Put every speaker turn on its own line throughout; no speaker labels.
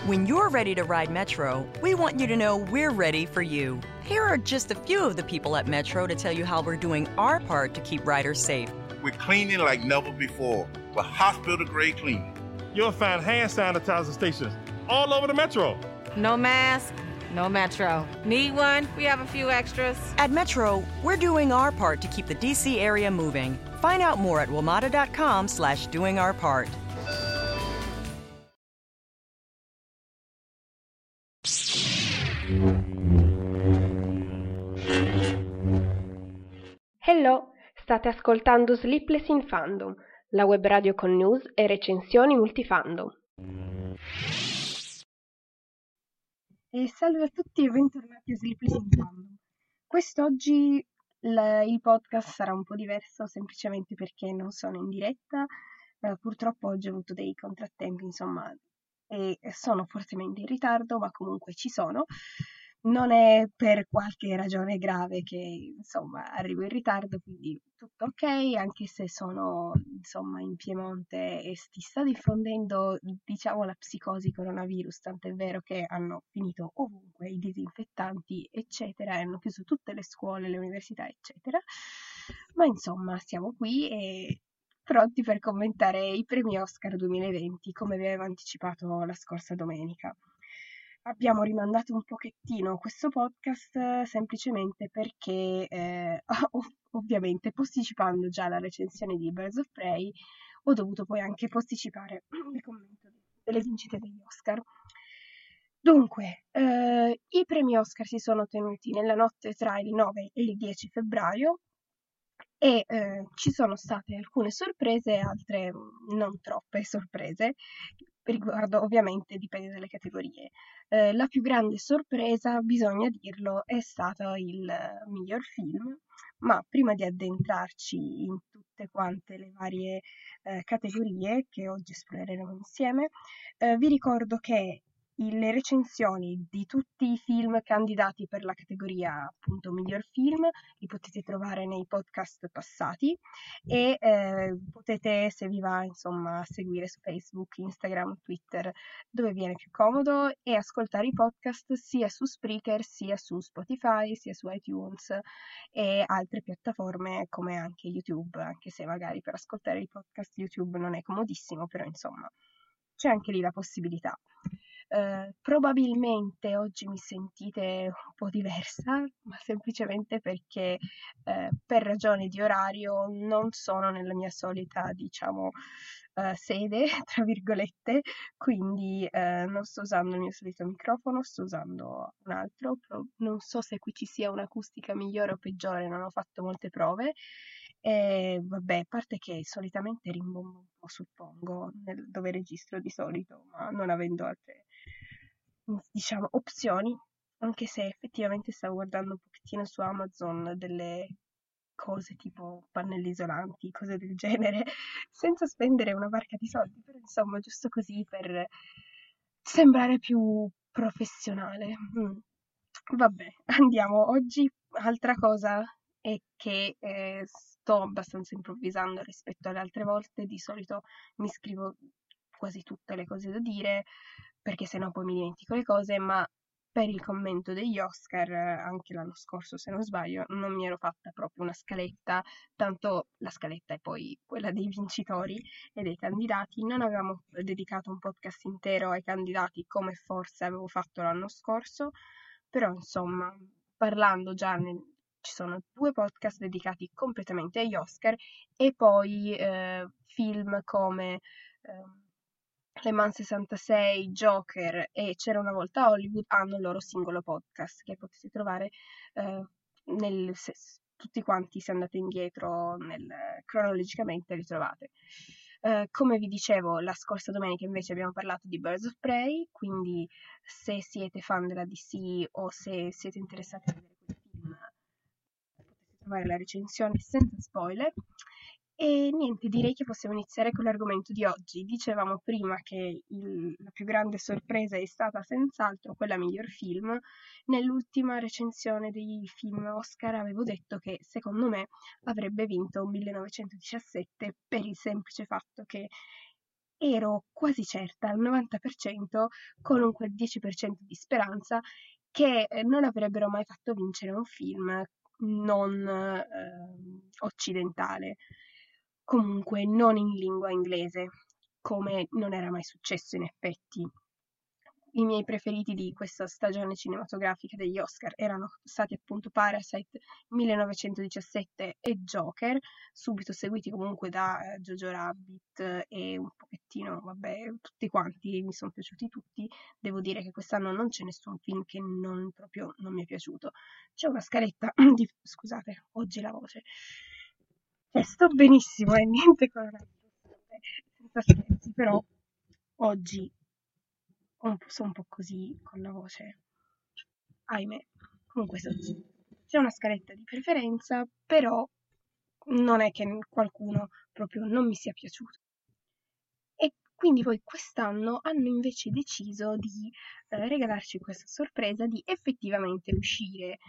When you're ready to ride Metro, we want you to know we're ready for you. Here are just a few of the people at Metro to tell you how we're doing our part to keep riders safe.
We're cleaning like never before with hospital-grade cleaning.
You'll find hand sanitizer stations all over the Metro.
No mask, no Metro. Need one? We have a few extras.
At Metro, we're doing our part to keep the DC area moving. Find out more at WMATA.com/doingourpart.
Hello, state ascoltando Sleepless in Fandom, la web radio con news e recensioni multifandom.
E salve a tutti e bentornati a Sleepless in Fandom. Quest'oggi il podcast sarà un po' diverso semplicemente perché non sono in diretta. Purtroppo oggi ho avuto dei contrattempi, insomma, e sono fortemente in ritardo, ma comunque ci sono. Non è per qualche ragione grave che, insomma, arrivo in ritardo, quindi tutto ok, anche se sono, insomma, in Piemonte e si sta diffondendo, diciamo, la psicosi coronavirus, tant'è vero che hanno finito ovunque i disinfettanti, eccetera, e hanno chiuso tutte le scuole, le università, eccetera. Ma, insomma, siamo qui e pronti per commentare i premi Oscar 2020, come vi avevo anticipato la scorsa domenica. Abbiamo rimandato un pochettino questo podcast semplicemente perché, ovviamente, posticipando già la recensione di Birds of Prey, ho dovuto poi anche posticipare il commento delle vincite degli Oscar. Dunque, i premi Oscar si sono tenuti nella notte tra il 9 e il 10 febbraio e ci sono state alcune sorprese e altre non troppe sorprese. Riguardo, ovviamente, dipende dalle categorie. La più grande sorpresa, bisogna dirlo, è stato il miglior film, ma prima di addentrarci in tutte quante le varie categorie che oggi esploreremo insieme, vi ricordo che le recensioni di tutti i film candidati per la categoria appunto miglior film li potete trovare nei podcast passati e potete, se vi va, insomma, seguire su Facebook, Instagram, Twitter, dove viene più comodo, e ascoltare i podcast sia su Spreaker, sia su Spotify, sia su iTunes e altre piattaforme come anche YouTube, anche se magari per ascoltare i podcast YouTube non è comodissimo, però insomma c'è anche lì la possibilità. Probabilmente oggi mi sentite un po' diversa, ma semplicemente perché per ragioni di orario non sono nella mia solita, diciamo, sede, tra virgolette, quindi non sto usando il mio solito microfono, sto usando un altro. Non so se qui ci sia un'acustica migliore o peggiore, non ho fatto molte prove. E vabbè, a parte che solitamente rimbombo un po', suppongo, dove registro di solito, ma non avendo altre, diciamo, opzioni, anche se effettivamente stavo guardando un pochettino su Amazon delle cose tipo pannelli isolanti, cose del genere, senza spendere una barca di soldi, però insomma giusto così per sembrare più professionale. Vabbè, andiamo. Oggi altra cosa è che sto abbastanza improvvisando rispetto alle altre volte. Di solito mi scrivo quasi tutte le cose da dire, perché sennò poi mi dimentico le cose, ma per il commento degli Oscar, anche l'anno scorso se non sbaglio, non mi ero fatta proprio una scaletta, tanto la scaletta è poi quella dei vincitori e dei candidati. Non avevamo dedicato un podcast intero ai candidati come forse avevo fatto l'anno scorso, però insomma, parlando già ci sono 2 podcast dedicati completamente agli Oscar e poi film come Le Mans 66, Joker e C'era una volta Hollywood hanno il loro singolo podcast che potete trovare se tutti quanti, se andate indietro cronologicamente, li trovate. Come vi dicevo, la scorsa domenica invece abbiamo parlato di Birds of Prey, quindi se siete fan della DC o se siete interessati a vedere quel film potete trovare la recensione senza spoiler. E niente, direi che possiamo iniziare con l'argomento di oggi. Dicevamo prima che la più grande sorpresa è stata senz'altro quella miglior film. Nell'ultima recensione dei film Oscar avevo detto che secondo me avrebbe vinto 1917 per il semplice fatto che ero quasi certa al 90%, con un quel 10% di speranza, che non avrebbero mai fatto vincere un film non occidentale, comunque non in lingua inglese, come non era mai successo in effetti. I miei preferiti di questa stagione cinematografica degli Oscar erano stati appunto Parasite 1917 e Joker, subito seguiti comunque da Jojo Rabbit e un pochettino, vabbè, tutti quanti, mi sono piaciuti tutti. Devo dire che quest'anno non c'è nessun film che non proprio non mi è piaciuto. C'è una scaletta di... Scusate, oggi la voce. Sto benissimo, niente colorato, senza scherzi, però oggi sono un po' così con la voce, ahimè. Comunque c'è una scaletta di preferenza, però non è che qualcuno proprio non mi sia piaciuto. E quindi poi quest'anno hanno invece deciso di regalarci questa sorpresa di effettivamente uscire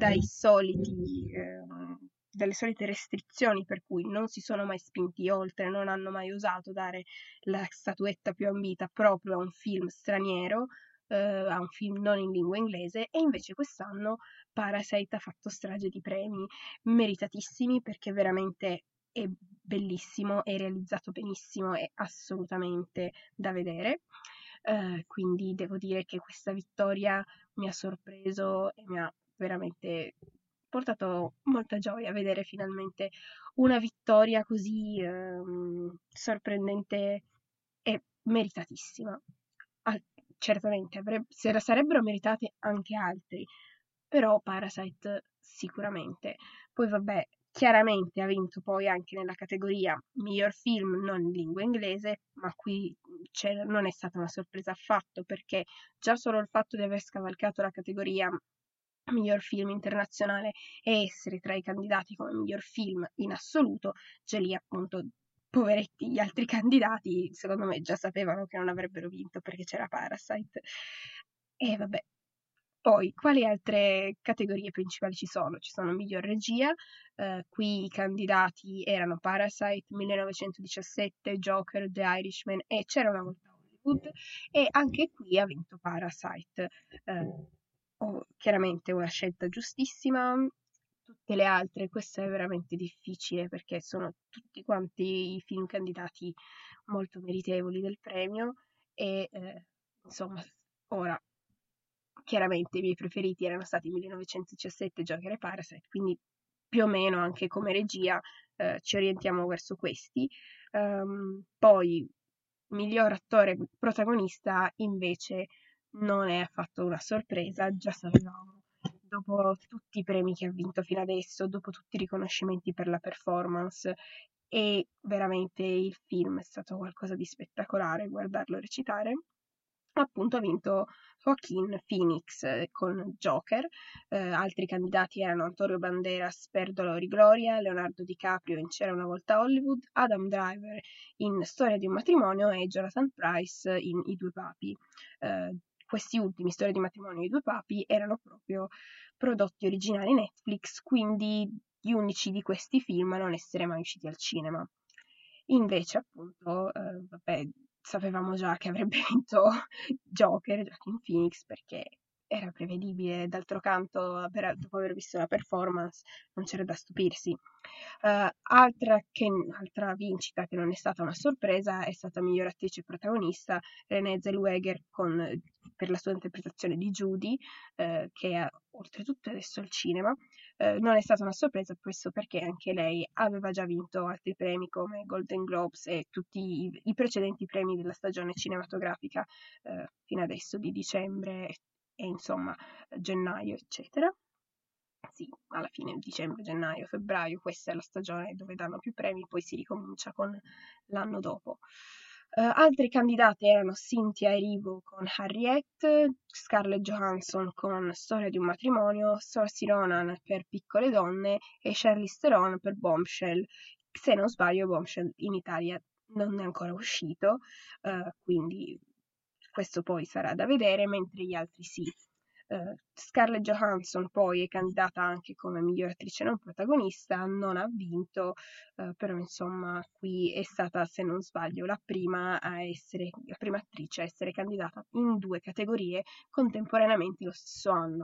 dalle solite restrizioni per cui non si sono mai spinti oltre, non hanno mai osato dare la statuetta più ambita proprio a un film straniero, a un film non in lingua inglese, e invece quest'anno Parasite ha fatto strage di premi meritatissimi, perché veramente è bellissimo, è realizzato benissimo, è assolutamente da vedere. Quindi devo dire che questa vittoria mi ha sorpreso e mi ha veramente portato molta gioia vedere finalmente una vittoria così sorprendente e meritatissima. Certamente se la sarebbero meritate anche altri, però Parasite sicuramente. Poi vabbè, chiaramente ha vinto poi anche nella categoria miglior film non in lingua inglese, ma qui non è stata una sorpresa affatto, perché già solo il fatto di aver scavalcato la categoria miglior film internazionale e essere tra i candidati come miglior film in assoluto, già lì appunto, poveretti, gli altri candidati secondo me già sapevano che non avrebbero vinto perché c'era Parasite. E vabbè. Poi, quali altre categorie principali ci sono? Ci sono miglior regia, qui i candidati erano Parasite, 1917, Joker, The Irishman e C'era una volta Hollywood, e anche qui ha vinto Parasite. Chiaramente una scelta giustissima. Tutte le altre, questa è veramente difficile perché sono tutti quanti i film candidati molto meritevoli del premio, e insomma, ora chiaramente i miei preferiti erano stati 1917, Joker e Parasite, quindi più o meno anche come regia ci orientiamo verso questi. Poi miglior attore protagonista invece non è affatto una sorpresa, già sapevamo, dopo tutti i premi che ha vinto fino adesso, dopo tutti i riconoscimenti per la performance, e veramente il film è stato qualcosa di spettacolare guardarlo recitare. Appunto ha vinto Joaquin Phoenix con Joker, altri candidati erano Antonio Banderas per Dolor y Gloria, Leonardo DiCaprio in C'era una volta Hollywood, Adam Driver in Storia di un matrimonio e Jonathan Pryce in I due papi. Questi ultimi, Storia di matrimonio e I due papi, erano proprio prodotti originali Netflix, quindi gli unici di questi film a non essere mai usciti al cinema. Invece, appunto, vabbè, sapevamo già che avrebbe vinto Joker, Joaquin Phoenix, perché era prevedibile. D'altro canto, dopo aver visto la performance, non c'era da stupirsi. Altra vincita che non è stata una sorpresa è stata miglior attrice protagonista Renée Zellweger per la sua interpretazione di Judy, che è oltretutto adesso al cinema. Non è stata una sorpresa questo perché anche lei aveva già vinto altri premi come Golden Globes e tutti i precedenti premi della stagione cinematografica fino adesso di dicembre e insomma gennaio, eccetera. Sì, alla fine dicembre, gennaio, febbraio, questa è la stagione dove danno più premi, poi si ricomincia con l'anno dopo. Altri candidati erano Cynthia Erivo con Harriet, Scarlett Johansson con Storia di un matrimonio, Saoirse Ronan per Piccole donne e Charlize Theron per Bombshell. Se non sbaglio, Bombshell in Italia non è ancora uscito, quindi questo poi sarà da vedere, mentre gli altri sì. Scarlett Johansson poi è candidata anche come miglior attrice non protagonista, non ha vinto, però insomma qui è stata, se non sbaglio, la prima attrice a essere candidata in 2 categorie contemporaneamente lo stesso anno.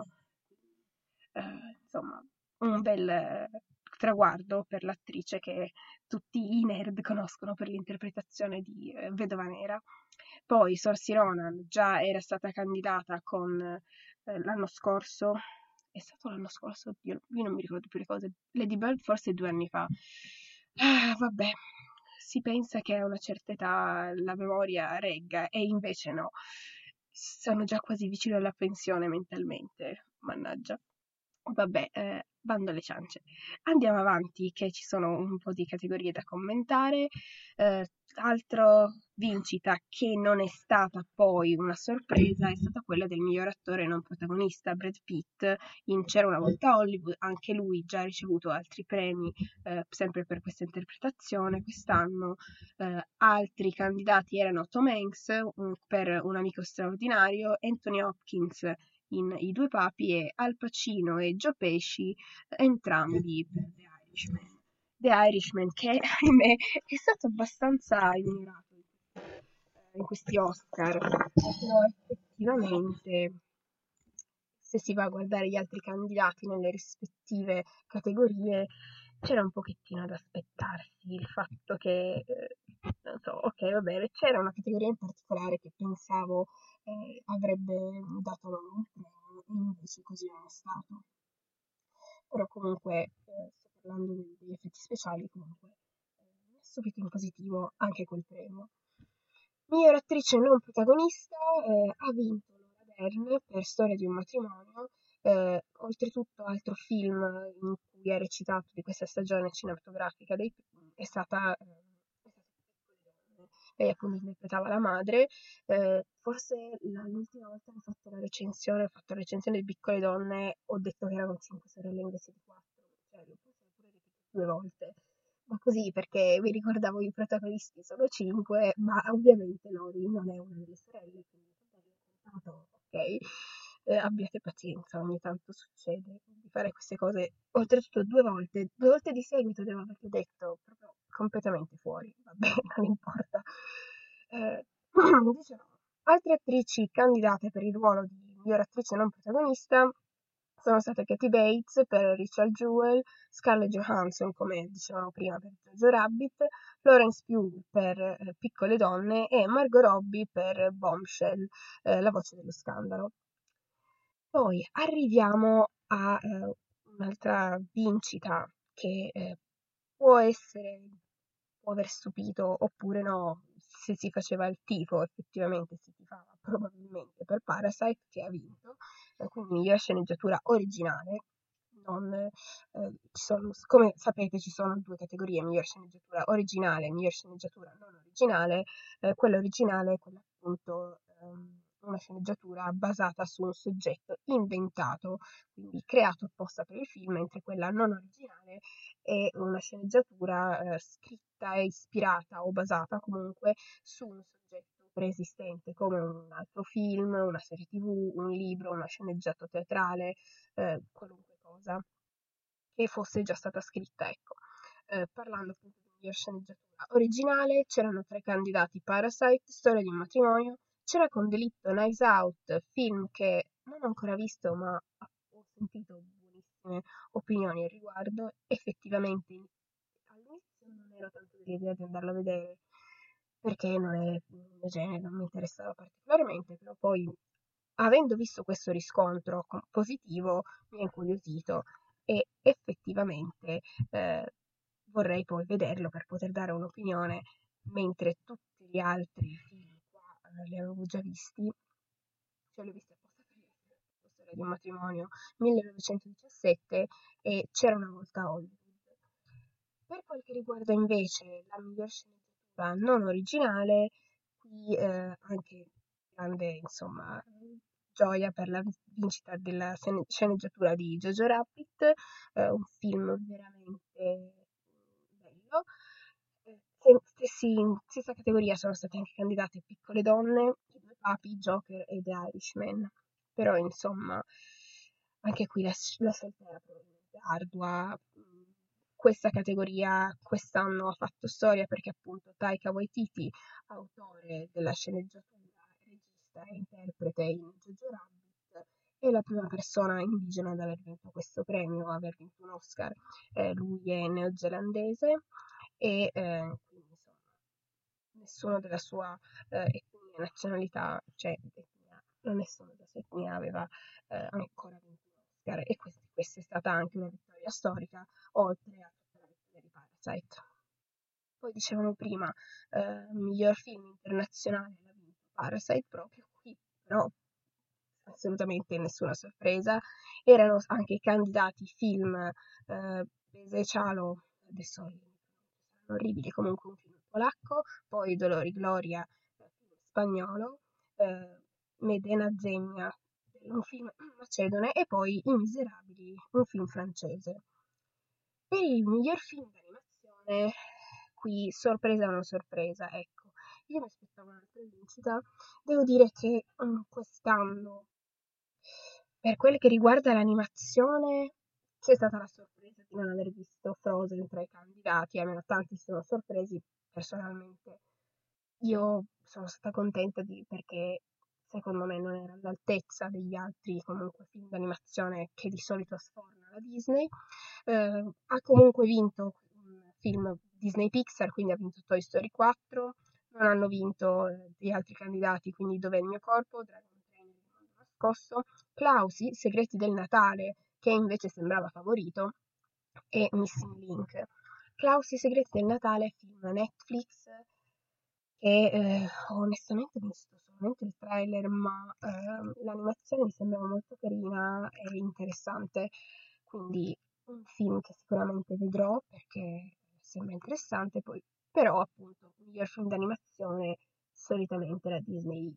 Insomma, un bel traguardo per l'attrice che tutti i nerd conoscono per l'interpretazione di Vedova Nera. Poi Saoirse Ronan già era stata candidata con l'anno scorso, è stato l'anno scorso? Io non mi ricordo più le cose. Lady Bird forse 2 anni fa. Vabbè, si pensa che a una certa età la memoria regga e invece no. Sono già quasi vicino alla pensione mentalmente, mannaggia. Vabbè, bando alle ciance. Andiamo avanti, che ci sono un po' di categorie da commentare. Altro vincita che non è stata poi una sorpresa è stata quella del miglior attore non protagonista, Brad Pitt, in C'era una volta a Hollywood. Anche lui già ha ricevuto altri premi, sempre per questa interpretazione quest'anno. Altri candidati erano Tom Hanks per Un amico straordinario, Anthony Hopkins in I due papi e Al Pacino e Joe Pesci, entrambi per The Irishman. The Irishman che, ahimè, è stato abbastanza ignorato in questi Oscar, però effettivamente se si va a guardare gli altri candidati nelle rispettive categorie c'era un pochettino da aspettarsi il fatto che, non so, ok, va bene, c'era una categoria in particolare che pensavo avrebbe dato loro un premio e invece così non è stato. Però comunque, sto parlando degli effetti speciali, comunque mi ha stupito in positivo anche quel premio. Miglior attrice non protagonista ha vinto Laura Dern per Storia di un matrimonio, oltretutto altro film in cui ha recitato di questa stagione cinematografica è stata lei appunto interpretava la madre, forse l'ultima volta che ho fatto la recensione di Piccole Donne, ho detto che erano 5 sorelle invece di 4, cioè l'ho pure ripetuto 2 volte, ma così perché mi ricordavo i protagonisti sono 5, ma ovviamente Lori non è una delle sorelle, quindi ho contato, ok, abbiate pazienza, ogni tanto succede di fare queste cose, oltretutto 2 volte di seguito devo averlo detto, proprio completamente fuori, vabbè, non importa. Dicevamo, altre attrici candidate per il ruolo di miglior attrice non protagonista sono state Kathy Bates per Richard Jewell, Scarlett Johansson, come dicevamo prima, per Jojo Rabbit, Florence Pugh per Piccole Donne e Margot Robbie per Bombshell, La voce dello scandalo. Poi arriviamo a un'altra vincita che può aver stupito oppure no, se si faceva il tifo, effettivamente si tifava probabilmente per Parasite che ha vinto, quindi miglior sceneggiatura originale. Come sapete ci sono 2 categorie, miglior sceneggiatura originale e miglior sceneggiatura non originale. Quella originale è quella appunto una sceneggiatura basata su un soggetto inventato, quindi creato apposta per il film, mentre quella non originale è una sceneggiatura scritta e ispirata o basata comunque su un soggetto preesistente, come un altro film, una serie TV, un libro, una sceneggiatura teatrale, qualunque cosa che fosse già stata scritta, ecco. Parlando appunto di miglior sceneggiatura originale, c'erano 3 candidati: Parasite, Storia di un matrimonio, C'era con delitto, Knives Out, film che non ho ancora visto ma ho sentito buonissime opinioni al riguardo. Effettivamente all'inizio non ero tanto dell'idea di andarlo a vedere perché non è il mio genere, non mi interessava particolarmente, però poi avendo visto questo riscontro positivo mi ha incuriosito e effettivamente vorrei poi vederlo per poter dare un'opinione, mentre tutti gli altri film qua li avevo già visti, cioè li ho visti apposta per la Storia di un matrimonio, 1917 e C'era una volta a Hollywood. Per quel che riguarda invece la miglior sceneggiatura non originale, qui anche grande insomma gioia per la vincita della sceneggiatura di Jojo Rabbit, un film veramente bello. In stessa categoria sono state anche candidate Piccole Donne, I due papi, Joker e The Irishman. però insomma anche qui la scelta era probabilmente ardua. Questa categoria quest'anno ha fatto storia perché appunto Taika Waititi, autore della sceneggiatura, regista e interprete in Jojo Rabbit, è la prima persona indigena ad aver vinto questo premio, aver vinto un Oscar. Lui è neozelandese e quindi insomma nessuno della sua etnia, nazionalità, cioè etnia, non nessuno della sua etnia aveva ancora vinto un Oscar e questa è stata anche una vittoria storica, oltre a tutta la vittoria di Parasite. Poi dicevamo prima, miglior film internazionale l'ha vinto Parasite proprio qui, però assolutamente nessuna sorpresa. Erano anche candidati film Bese e Cialo, adesso saranno orribili, comunque un film polacco, poi Dolor y Gloria, film spagnolo, Medena Zemlja, un film macedone, e poi I Miserabili, un film francese. Per il miglior film d'animazione, qui sorpresa o non sorpresa, ecco, io mi aspettavo un'altra vincita. Devo dire che quest'anno, per quel che riguarda l'animazione, c'è stata la sorpresa di non aver visto Frozen tra i candidati, almeno tanti si sono sorpresi. Personalmente io sono stata contenta perché secondo me non era all'altezza degli altri comunque film d'animazione che di solito sforna la Disney. Ha comunque vinto un film Disney Pixar, quindi ha vinto Toy Story 4, non hanno vinto gli altri candidati, quindi Dov'è il mio corpo, Dragon Trainer, Il mondo nascosto, Klaus, I segreti del Natale, che invece sembrava favorito, e Missing Link. Klaus, I segreti del Natale, film Netflix, che ho onestamente visto solamente il trailer, ma l'animazione mi sembrava molto carina e interessante, quindi un film che sicuramente vedrò perché sembra interessante, poi però appunto miglior film d'animazione solitamente la Disney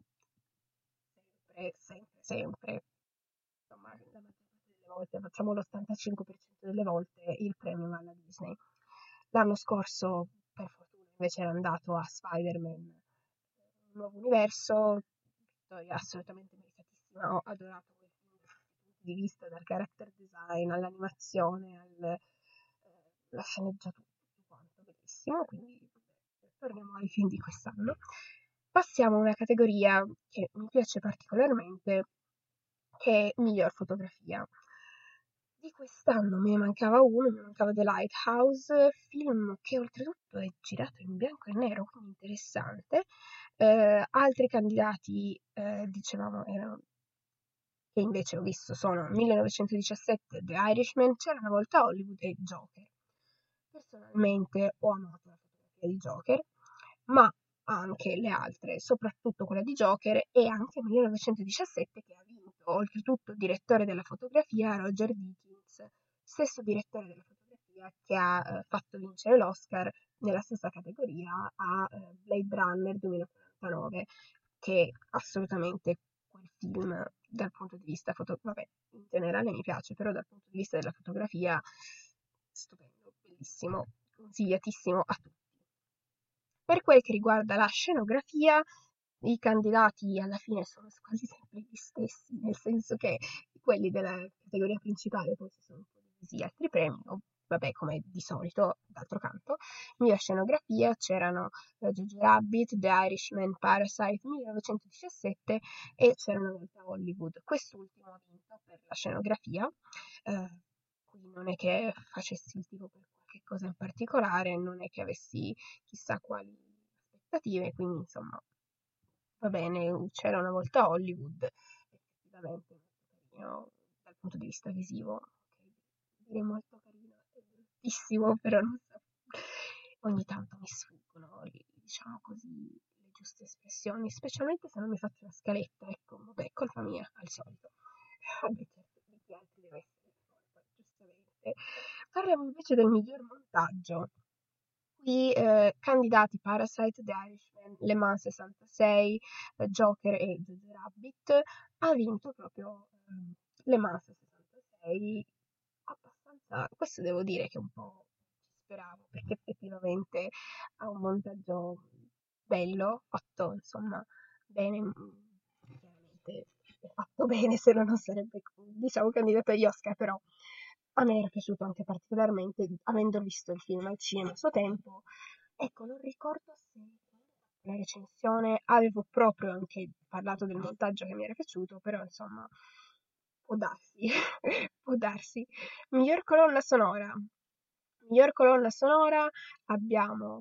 sempre, insomma, la maggior parte delle volte, facciamo l'85% delle volte il premio va alla Disney. L'anno scorso, per fortuna, invece era andato a Spider-Man, un nuovo universo, vittoria assolutamente meritatissima. Ho adorato quel film da tutti i punti di vista, dal character design all'animazione, alla sceneggiatura, tutto quanto, bellissimo. Quindi torniamo ai film di quest'anno. Passiamo a una categoria che mi piace particolarmente, che è miglior fotografia. Di quest'anno me ne mancava uno, mi mancava The Lighthouse, film che oltretutto è girato in bianco e nero, quindi interessante. Altri candidati, dicevamo, erano, che invece ho visto, sono 1917, The Irishman, C'era una volta Hollywood e Joker. Personalmente ho amato la fotografia di Joker, ma anche le altre, soprattutto quella di Joker e anche 1917 che ha vinto, oltretutto direttore della fotografia Roger Deakins, stesso direttore della fotografia che ha fatto vincere l'Oscar nella stessa categoria a Blade Runner 2049, che assolutamente quel film dal punto di vista vabbè, in generale mi piace, però dal punto di vista della fotografia stupendo, bellissimo, consigliatissimo a tutti. Per quel che riguarda la scenografia, i candidati alla fine sono quasi sempre gli stessi, nel senso che quelli della categoria principale poi si sono divisi altri premi, vabbè, come di solito, d'altro canto. Miglior scenografia c'erano Jojo Rabbit, The Irishman, Parasite, 1917 e C'era una volta Hollywood. Quest'ultimo ha vinto per la scenografia, qui non è che facessi il tipo per qualche cosa in particolare, non è che avessi chissà quali aspettative, quindi insomma va bene, C'era una volta Hollywood, effettivamente molto carino dal punto di vista visivo, okay. Dire molto carino è bruttissimo, però non so, ogni tanto mi sfuggono, diciamo così, le giuste espressioni, specialmente se non mi faccio la scaletta, ecco, vabbè, colpa mia, al solito. Vabbè, certo, di chi altri deve essere colpa, giustamente. Parliamo invece del miglior montaggio. Qui candidati Parasite, The Irishman, Le Mans 66, Joker e Jojo Rabbit. Ha vinto proprio Le Mans 66, abbastanza, questo devo dire che un po' ci speravo, perché effettivamente ha un montaggio bello, fatto insomma bene, chiaramente fatto bene, se no non sarebbe, diciamo, candidato agli Oscar, però a me era piaciuto anche particolarmente, avendo visto il film al cinema a suo tempo. Ecco, non ricordo se la recensione avevo proprio anche parlato del montaggio che mi era piaciuto, però insomma, può darsi, può darsi. Miglior colonna sonora. Miglior colonna sonora abbiamo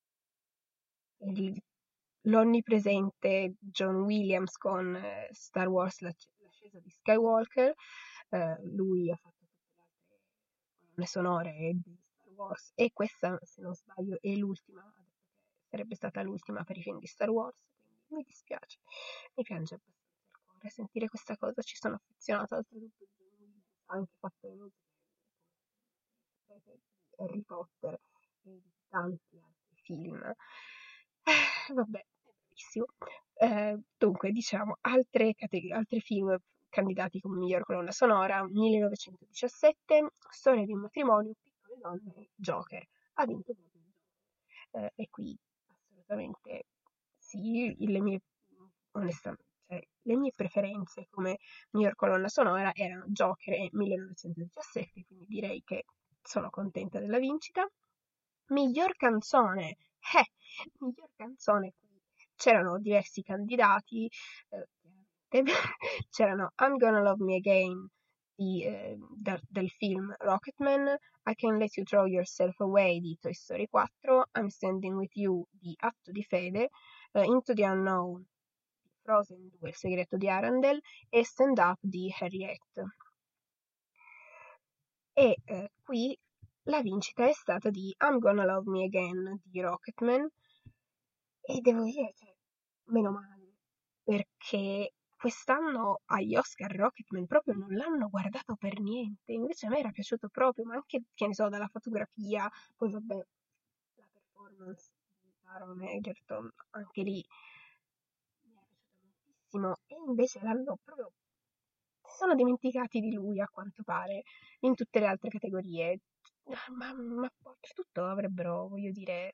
il- l'onnipresente John Williams con Star Wars, l'ascesa di Skywalker. Lui ha fatto tutte le altre colonne sonore di Star Wars e questa, se non sbaglio, è l'ultima, ha detto che sarebbe stata l'ultima per i film di Star Wars, quindi mi dispiace, mi piange abbastanza il cuore sentire questa cosa, ci sono affezionata, oltretutto John Williams ha anche fatto le musiche di Harry Potter e di tanti altri film. Vabbè, è bellissimo. Dunque, diciamo, altri film candidati come miglior colonna sonora: 1917, Storia di un matrimonio, Piccole donne, Joker. Ha vinto proprio Joker. E qui assolutamente sì, onestamente, cioè, le mie preferenze come miglior colonna sonora erano Joker e 1917, quindi direi che sono contenta della vincita. Miglior canzone, miglior canzone, c'erano diversi candidati, c'erano I'm Gonna Love Me Again del film Rocketman, I Can Let You Throw Yourself Away di Toy Story 4, I'm Standing With You di Atto di Fede, Into the Unknown di Frozen 2, Il segreto di Arendelle e Stand Up di Harriet. E qui la vincita è stata di I'm Gonna Love Me Again di Rocketman e devo dire, cioè, meno male, perché quest'anno agli Oscar Rocketman proprio non l'hanno guardato per niente, invece a me era piaciuto proprio, ma anche, che ne so, dalla fotografia, poi vabbè, la performance di Taron Egerton, anche lì mi era piaciuta moltissimo, e invece l'hanno proprio, si sono dimenticati di lui a quanto pare, in tutte le altre categorie, ma oltretutto avrebbero, voglio dire,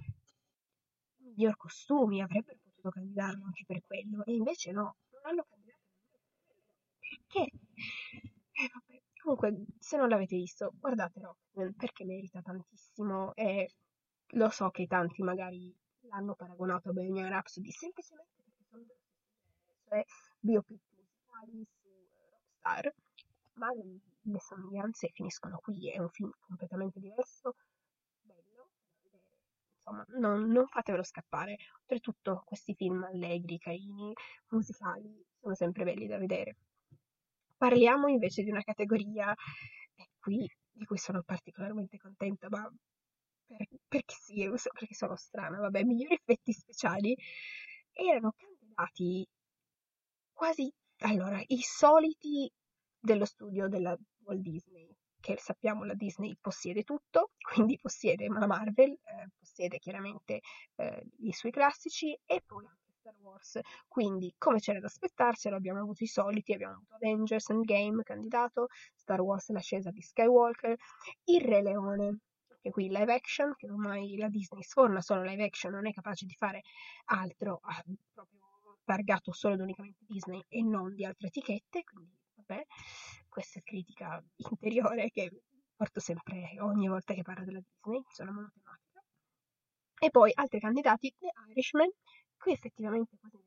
miglior costumi, avrebbero potuto candidarlo anche per quello, e invece no, non l'hanno candidato nemmeno per quello. Perché? Vabbè. Comunque, se non l'avete visto, guardate Rocketman perché merita tantissimo e lo so che tanti magari l'hanno paragonato a Bohemian Rhapsody semplicemente perché sono dello stesso genere, cioè biopic musicali su rockstar, ma le somiglianze finiscono qui, è un film completamente diverso, bello da vedere, insomma, non fatevelo scappare. Oltretutto questi film allegri, carini, musicali, sono sempre belli da vedere. Parliamo invece di una categoria, e qui di cui sono particolarmente contenta, ma perché sì, perché sono strana, vabbè, migliori effetti speciali erano candidati quasi, allora, i soliti dello studio della Walt Disney, che sappiamo la Disney possiede tutto, quindi possiede la Marvel, possiede chiaramente i suoi classici e poi anche Star Wars, quindi come c'era da aspettarselo abbiamo avuto i soliti, abbiamo avuto Avengers Endgame candidato, Star Wars l'ascesa di Skywalker, Il Re Leone, anche qui live action, che ormai la Disney sforna solo live action, non è capace di fare altro, ha proprio targato solo ed unicamente Disney e non di altre etichette, quindi vabbè, questa critica interiore che porto sempre ogni volta che parlo della Disney, sono monotematica. E poi altri candidati, The Irishman, qui effettivamente quasi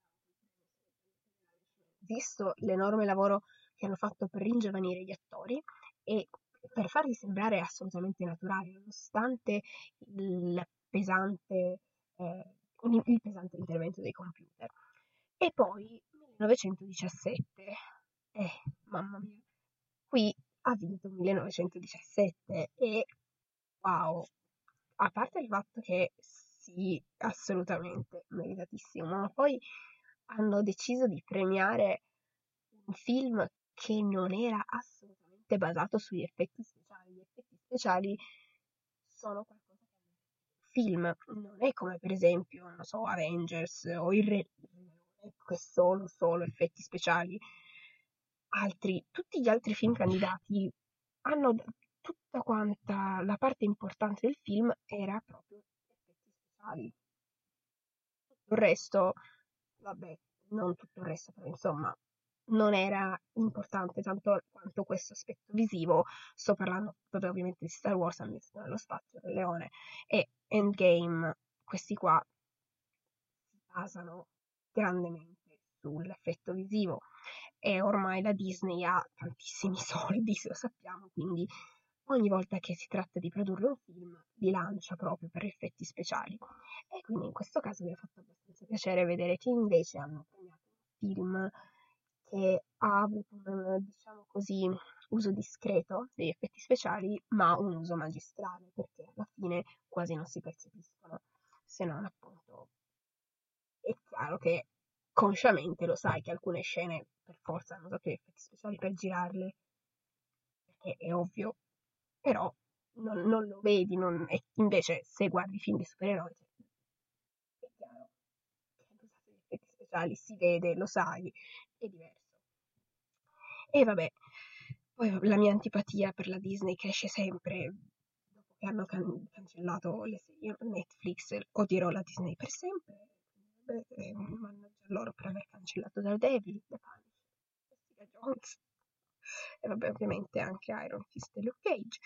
visto l'enorme lavoro che hanno fatto per ringiovanire gli attori e per farli sembrare assolutamente naturali, nonostante il pesante, il pesante intervento dei computer. E poi 1917, mamma mia, qui ha vinto 1917 e wow, a parte il fatto che sì, assolutamente meritatissimo, ma poi hanno deciso di premiare un film che non era assolutamente basato sugli effetti speciali. Gli effetti speciali sono qualcosa che film, non è come per esempio, non so, Avengers o il Re Leone, che sono solo effetti speciali. Tutti gli altri film candidati hanno tutta quanta la parte importante del film era proprio effetti speciali. Tutto il resto, vabbè, non tutto il resto, però insomma, non era importante tanto quanto questo aspetto visivo. Sto parlando proprio ovviamente di Star Wars, Ambiente nello spazio, Re Leone e Endgame. Questi qua si basano grandemente sull'effetto visivo e ormai la Disney ha tantissimi soldi, se lo sappiamo, quindi ogni volta che si tratta di produrre un film li lancia proprio per effetti speciali. E quindi in questo caso mi ha fatto abbastanza piacere vedere che invece hanno premiato un film che ha avuto un, diciamo così, uso discreto degli effetti speciali, ma un uso magistrale, perché alla fine quasi non si percepiscono, se non appunto è chiaro che consciamente lo sai che alcune scene per forza hanno usato gli effetti speciali per girarle, perché è ovvio, però non lo vedi, e invece se guardi film di supereroi è chiaro che hanno usato gli effetti speciali, si vede, lo sai, è diverso. E vabbè, poi la mia antipatia per la Disney cresce sempre. Dopo che hanno cancellato le serie Netflix, odierò la Disney per sempre. Vabbè, mannaggia loro per aver cancellato Daredevil, The Punisher, Jessica Jones. E vabbè, ovviamente anche Iron Fist e Luke Cage.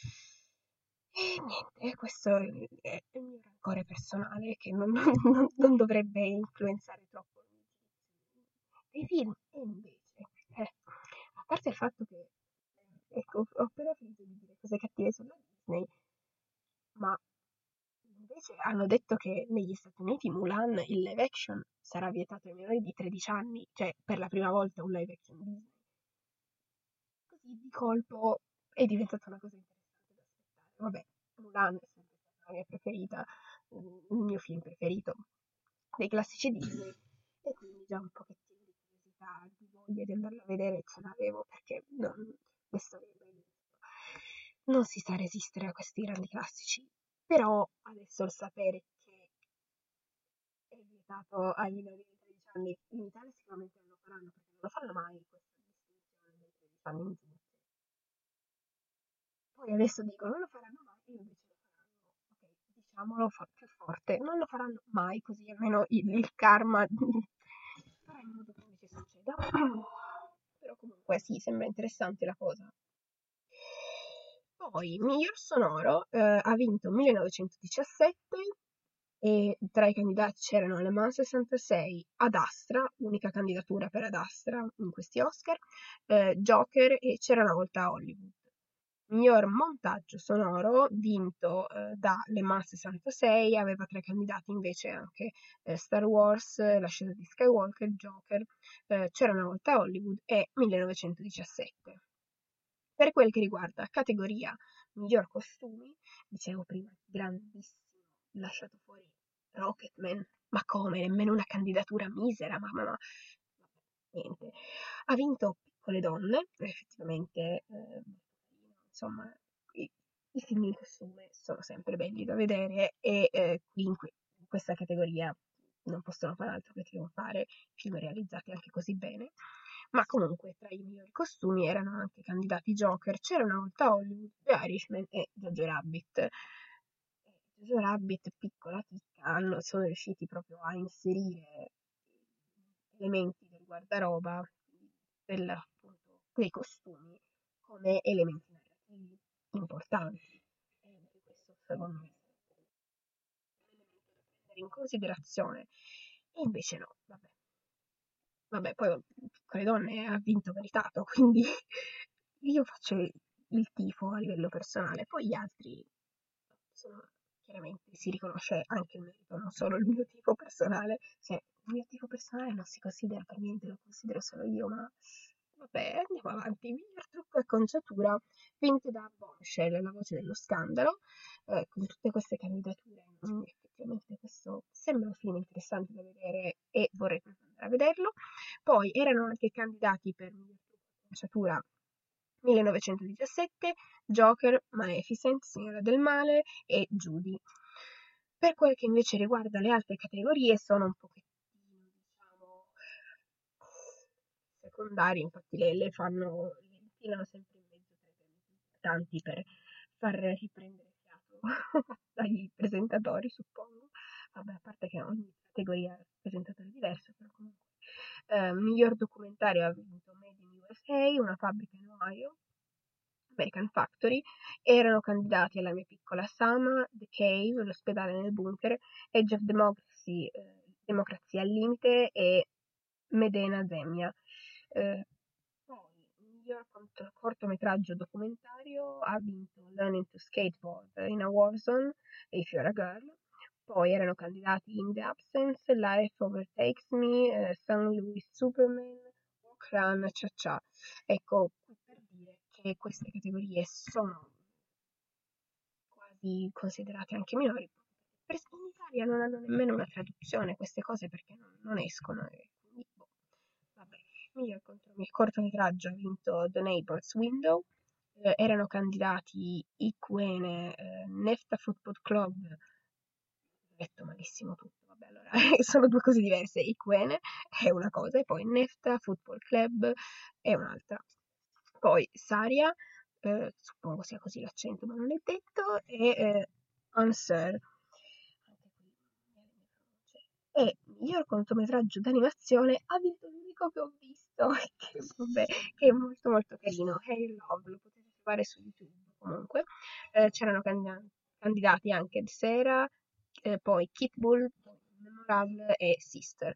E niente, questo è il mio rancore personale che non dovrebbe influenzare troppo dei film. E invece, a parte il fatto che, ecco, ho appena finito di dire cose cattive sulla Disney, ma invece hanno detto che negli Stati Uniti Mulan, il live action, sarà vietato ai minori di 13 anni, cioè per la prima volta un live action Disney. Così di colpo è diventata una cosa interessante da aspettare. Vabbè, Mulan è sempre stata la mia preferita, il mio film preferito dei classici Disney, e quindi già un pochettino di curiosità, di voglia di andarla a vedere ce l'avevo, perché le storie non si sa resistere a questi grandi classici. Però adesso il sapere che è vietato ai minori di 13 anni, in Italia sicuramente non lo faranno, perché non lo fanno mai questa distinzione dei 13 anni in giù. Poi adesso dicono non lo faranno mai, e invece lo faranno. Ok, diciamolo più forte, non lo faranno mai, così almeno il karma farà in modo che invece succeda. Però comunque sì, sembra interessante la cosa. Poi, miglior sonoro ha vinto 1917 e tra i candidati c'erano Le Mans 66, Ad Astra, unica candidatura per Ad Astra in questi Oscar, Joker e C'era una volta Hollywood. Miglior montaggio sonoro vinto da Le Mans 66, aveva tra i candidati invece anche Star Wars, L'ascesa di Skywalker, Joker, C'era una volta Hollywood e 1917. Per quel che riguarda categoria miglior costumi, dicevo prima, grandissimo, lasciato fuori Rocketman, ma come, nemmeno una candidatura misera, ma niente. Ha vinto Piccole donne, effettivamente, insomma, i film in costume sono sempre belli da vedere e qui in questa categoria non possono fare altro che trionfare film realizzati anche così bene. Ma comunque tra i migliori costumi erano anche candidati Joker, C'era una volta Hollywood, The Irishman e Jojo Rabbit. Jojo Rabbit, piccola chicca, sono riusciti proprio a inserire elementi del guardaroba appunto, dei costumi come elementi narrativi importanti. E anche questo secondo me è un elemento da prendere in considerazione. E invece no, vabbè. Vabbè, poi Piccole donne ha vinto meritato, quindi io faccio il tifo a livello personale. Poi gli altri chiaramente si riconosce anche il merito, non solo il mio tifo personale. Cioè, il mio tifo personale non si considera per niente, lo considero solo io, ma vabbè, andiamo avanti. Miglior trucco e acconciatura vinto da Bombshell, La voce dello scandalo, con tutte queste candidature. Effettivamente questo sembra un film interessante da vedere e vorrei proprio andare a vederlo. Poi erano anche candidati per miglior trucco e acconciatura 1917, Joker, Maleficent, Signora del Male e Judy. Per quel che invece riguarda le altre categorie sono un pochettino, diciamo, secondarie, infatti le infilano sempre in mezzo tra i temi più importanti per far riprendere fiato dagli presentatori, suppongo. Vabbè, a parte che ogni categoria ha un presentatore diverso, però comunque. Miglior documentario ha vinto Made in USA, Una fabbrica in Ohio, American Factory. Erano candidati alla mia piccola Sama, The Cave, L'ospedale nel bunker, Edge of Democracy, Democrazia al limite e Medena Zemlya. Poi, miglior cortometraggio documentario ha vinto Learning to Skateboard in a Warzone e If You're a Girl. Poi erano candidati In the Absence, Life Overtakes Me, St. Louis Superman, Walk Run, Cha Cha. Ecco, per dire che queste categorie sono quasi considerate anche minori. In Italia non hanno nemmeno una traduzione queste cose perché non escono. Quindi, vabbè. Miglior cortometraggio ha vinto The Neighbor's Window. Erano candidati Ikwene, Nefta Football Club. Ho detto malissimo tutto, vabbè, allora sono due cose diverse. Ikwene è una cosa e poi Nefta Football Club è un'altra. Poi Saria, suppongo sia così l'accento ma non è detto, e Answer. E miglior cortometraggio d'animazione ha vinto l'unico che ho visto, che è molto molto carino, Hey Love, lo potete trovare su YouTube comunque. C'erano candidati anche Sera, poi Kit Bull, Memorable e Sister.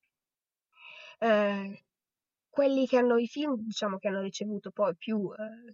Quelli che hanno i film, diciamo che hanno ricevuto poi più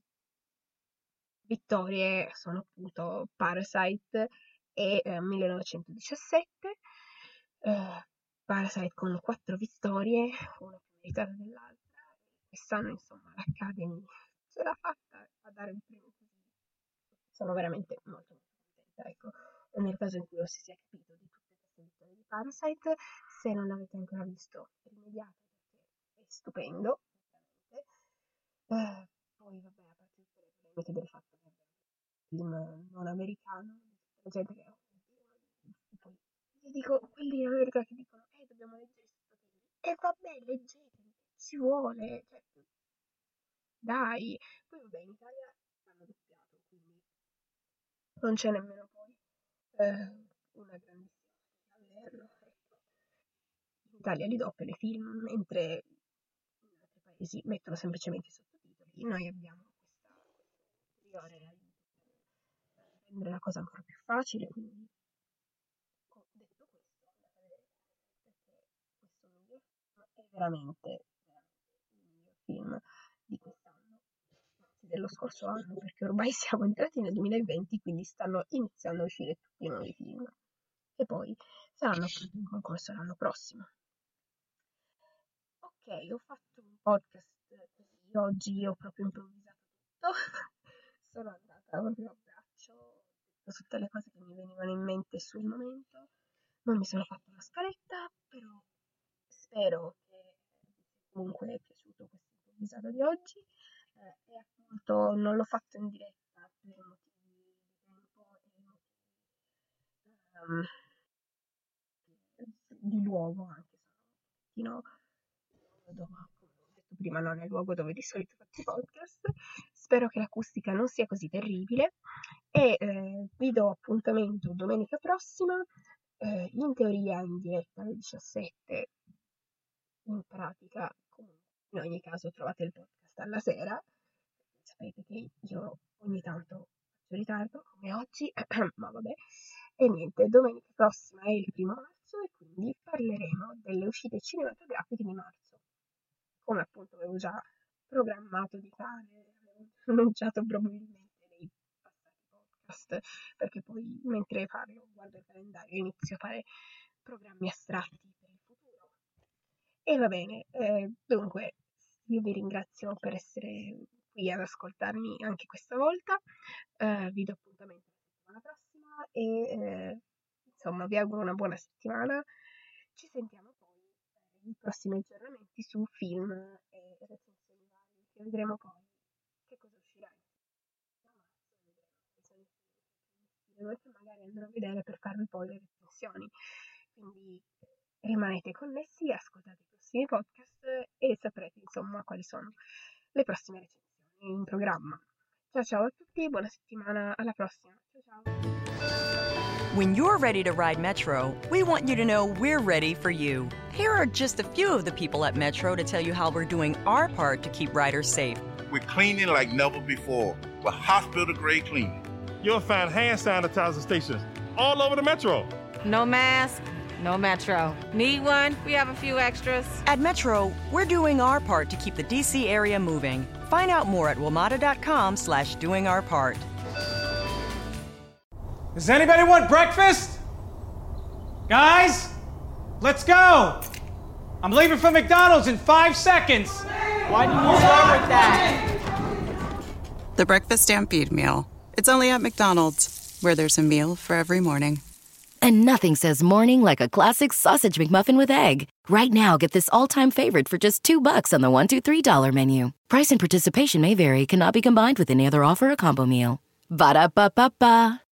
vittorie sono appunto Parasite e 1917. Parasite con 4 vittorie, una più meritata dell'altra. Quest'anno insomma l'Academy ce l'ha fatta a dare un premio così. Sono veramente molto molto contenta, ecco. Nel caso in cui non si sia capito di tutte queste vittorie di Parasite, se non l'avete ancora visto, rimediate perché è stupendo, veramente. Poi vabbè, a parte tutte le polemiche del fatto che è un film non americano, la gente che poi io dico, quelli in America che dicono dobbiamo leggere i sottotitoli, e vabbè, leggeteli, ci vuole, cioè, dai. Poi vabbè, in Italia l'hanno doppiato, quindi non c'è nemmeno poi una grandissima a vederlo. In Italia li doppiano i film, mentre in altri paesi mettono semplicemente i sottotitoli. Noi abbiamo questo ulteriore aiuto per rendere la cosa ancora più facile, quindi detto questo, andate a vedere perché questo miglior film è veramente il miglior film di quest'anno, anzi dello scorso anno, perché ormai siamo entrati nel 2020, quindi stanno iniziando a uscire tutti i nuovi film e poi saranno appunto in concorso l'anno prossimo. Ok, ho fatto un podcast così, oggi ho proprio improvvisato tutto, sono andata proprio a braccio, ho detto tutte le cose che mi venivano in mente sul momento, non mi sono fatta una scaletta, però spero che comunque è piaciuto questo improvvisato di oggi, e appunto non l'ho fatto in diretta per motivi di tempo e motivi di luogo, anche se no, dove, come ho detto prima, non è il luogo dove di solito faccio i podcast. Spero che l'acustica non sia così terribile e vi do appuntamento domenica prossima, in teoria in diretta alle 17, in pratica comunque in ogni caso trovate il podcast alla sera. Sapete che io ogni tanto faccio ritardo come oggi, ma vabbè. E niente, domenica prossima è il 1° marzo e quindi parleremo delle uscite cinematografiche di marzo. Come appunto avevo già programmato di fare, avevo annunciato probabilmente nei passati podcast, perché poi mentre parlo, guardo il calendario e inizio a fare programmi astratti per il futuro. E va bene, dunque io vi ringrazio per essere qui ad ascoltarmi anche questa volta, vi do appuntamento la settimana prossima e insomma vi auguro una buona settimana. Ci sentiamo poi per i prossimi aggiornamenti su film e recensioni varie, che vedremo poi che cosa uscirà che magari andrò a vedere per farvi poi le recensioni. Quindi rimanete connessi, ascoltate i prossimi podcast e saprete insomma quali sono le prossime recensioni in programma. Ciao ciao a tutti, buona settimana, alla prossima. Ciao ciao.
When you're ready to ride Metro, we want you to know we're ready for you. Here are just a few of the people at Metro to tell you how we're doing our part to keep riders safe.
We're cleaning like never before with hospital-grade cleaning.
You'll find hand sanitizer stations all over the Metro.
No mask, no Metro. Need one? We have a few extras.
At Metro, we're doing our part to keep the DC area moving. Find out more at WMATA.com/doingourpart.
Does anybody want breakfast? Guys, let's go. I'm leaving for McDonald's in 5 seconds.
Why didn't you start with that?
The Breakfast Stampede Meal. It's only at McDonald's, where there's a meal for every morning.
And nothing says morning like a classic sausage McMuffin with egg. Right now, get this all-time favorite for just $2 on the $1, $2, $3 menu. Price and participation may vary. Cannot be combined with any other offer or combo meal. Ba-da-ba-ba-ba.